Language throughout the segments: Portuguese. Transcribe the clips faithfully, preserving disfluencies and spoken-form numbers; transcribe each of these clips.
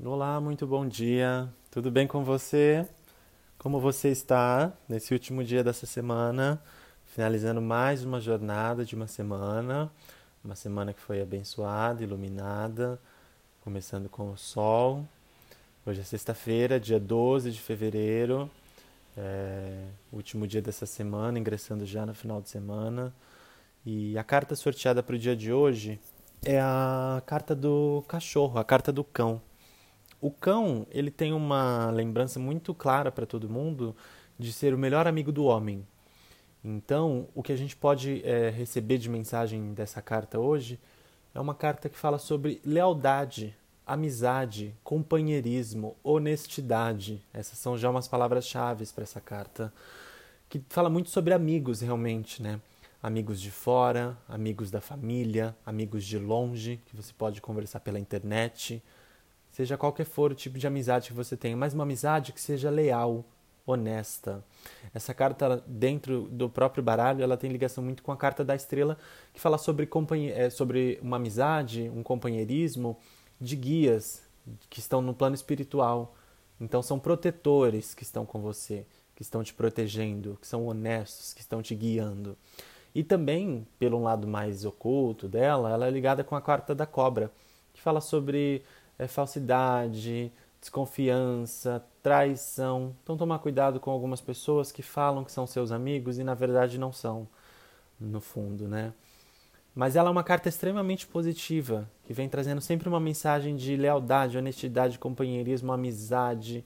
Olá, muito bom dia. Tudo bem com você? Como você está nesse último dia dessa semana, finalizando mais uma jornada de uma semana, uma semana que foi abençoada, iluminada, começando com o sol. Hoje é sexta-feira, dia doze de fevereiro, é, último dia dessa semana, ingressando já no final de semana. E a carta sorteada para o dia de hoje é a carta do cachorro, a carta do cão. O cão, ele tem uma lembrança muito clara para todo mundo de ser o melhor amigo do homem. Então, o que a gente pode é, receber de mensagem dessa carta hoje é uma carta que fala sobre lealdade, amizade, companheirismo, honestidade. Essas são já umas palavras-chave para essa carta, que fala muito sobre amigos realmente, né? Amigos de fora, amigos da família, amigos de longe, que você pode conversar pela internet, seja qualquer for o tipo de amizade que você tenha, mas uma amizade que seja leal, honesta. Essa carta, dentro do próprio baralho, ela tem ligação muito com a carta da estrela, que fala sobre, companhia, é, sobre uma amizade, um companheirismo de guias que estão no plano espiritual. Então, são protetores que estão com você, que estão te protegendo, que são honestos, que estão te guiando. E também, pelo lado mais oculto dela, ela é ligada com a carta da cobra, que fala sobre é, falsidade, desconfiança, traição. Então, tomar cuidado com algumas pessoas que falam que são seus amigos e na verdade não são, no fundo, né? Mas ela é uma carta extremamente positiva, que vem trazendo sempre uma mensagem de lealdade, honestidade, companheirismo, amizade,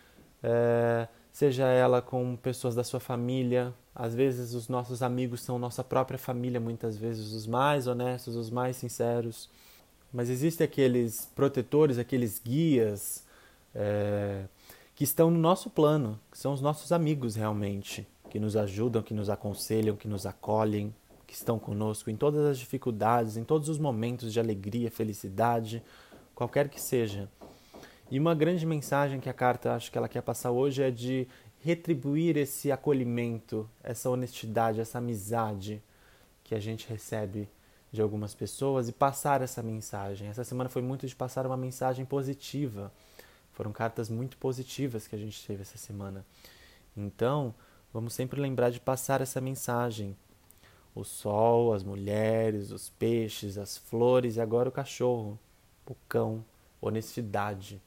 é, seja ela com pessoas da sua família. Às vezes os nossos amigos são nossa própria família, muitas vezes os mais honestos, os mais sinceros. Mas existem aqueles protetores, aqueles guias é, que estão no nosso plano, que são os nossos amigos realmente, que nos ajudam, que nos aconselham, que nos acolhem, que estão conosco em todas as dificuldades, em todos os momentos de alegria, felicidade, qualquer que seja. E uma grande mensagem que a carta acho que ela quer passar hoje é de retribuir esse acolhimento, essa honestidade, essa amizade que a gente recebe de algumas pessoas e passar essa mensagem. Essa semana foi muito de passar uma mensagem positiva. Foram cartas muito positivas que a gente teve essa semana. Então, vamos sempre lembrar de passar essa mensagem. O sol, as mulheres, os peixes, as flores e agora o cachorro, o cão, honestidade.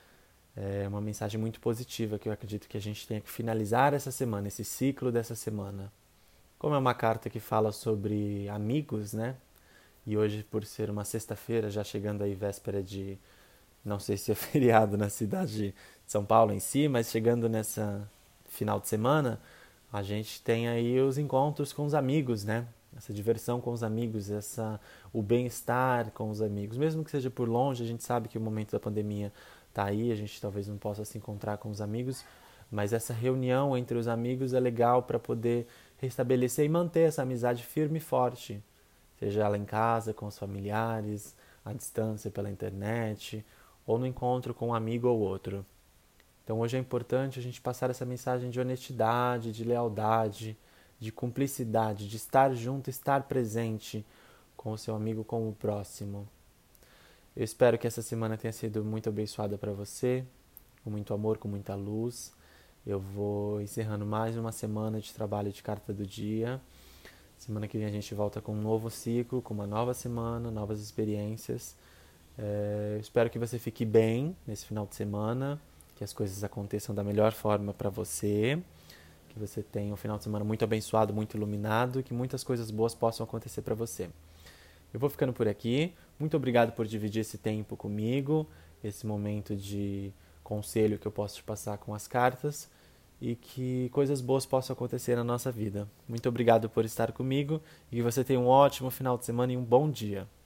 É uma mensagem muito positiva que eu acredito que a gente tenha que finalizar essa semana, esse ciclo dessa semana. Como é uma carta que fala sobre amigos, né? E hoje, por ser uma sexta-feira, já chegando aí véspera de, não sei se é feriado na cidade de São Paulo em si, mas chegando nessa final de semana, a gente tem aí os encontros com os amigos, né? Essa diversão com os amigos, essa, o bem-estar com os amigos. Mesmo que seja por longe, a gente sabe que o momento da pandemia está aí, a gente talvez não possa se encontrar com os amigos, mas essa reunião entre os amigos é legal para poder restabelecer e manter essa amizade firme e forte, seja ela em casa, com os familiares, à distância pela internet, ou no encontro com um amigo ou outro. Então hoje é importante a gente passar essa mensagem de honestidade, de lealdade, de cumplicidade, de estar junto, estar presente com o seu amigo, com o próximo. Eu espero que essa semana tenha sido muito abençoada para você, com muito amor, com muita luz. Eu vou encerrando mais uma semana de trabalho de carta do dia. Semana que vem a gente volta com um novo ciclo, com uma nova semana, novas experiências. É, eu espero que você fique bem nesse final de semana, que as coisas aconteçam da melhor forma para você, que você tenha um final de semana muito abençoado, muito iluminado, e que muitas coisas boas possam acontecer para você. Eu vou ficando por aqui. Muito obrigado por dividir esse tempo comigo, esse momento de conselho que eu posso te passar com as cartas e que coisas boas possam acontecer na nossa vida. Muito obrigado por estar comigo e que você tenha um ótimo final de semana e um bom dia.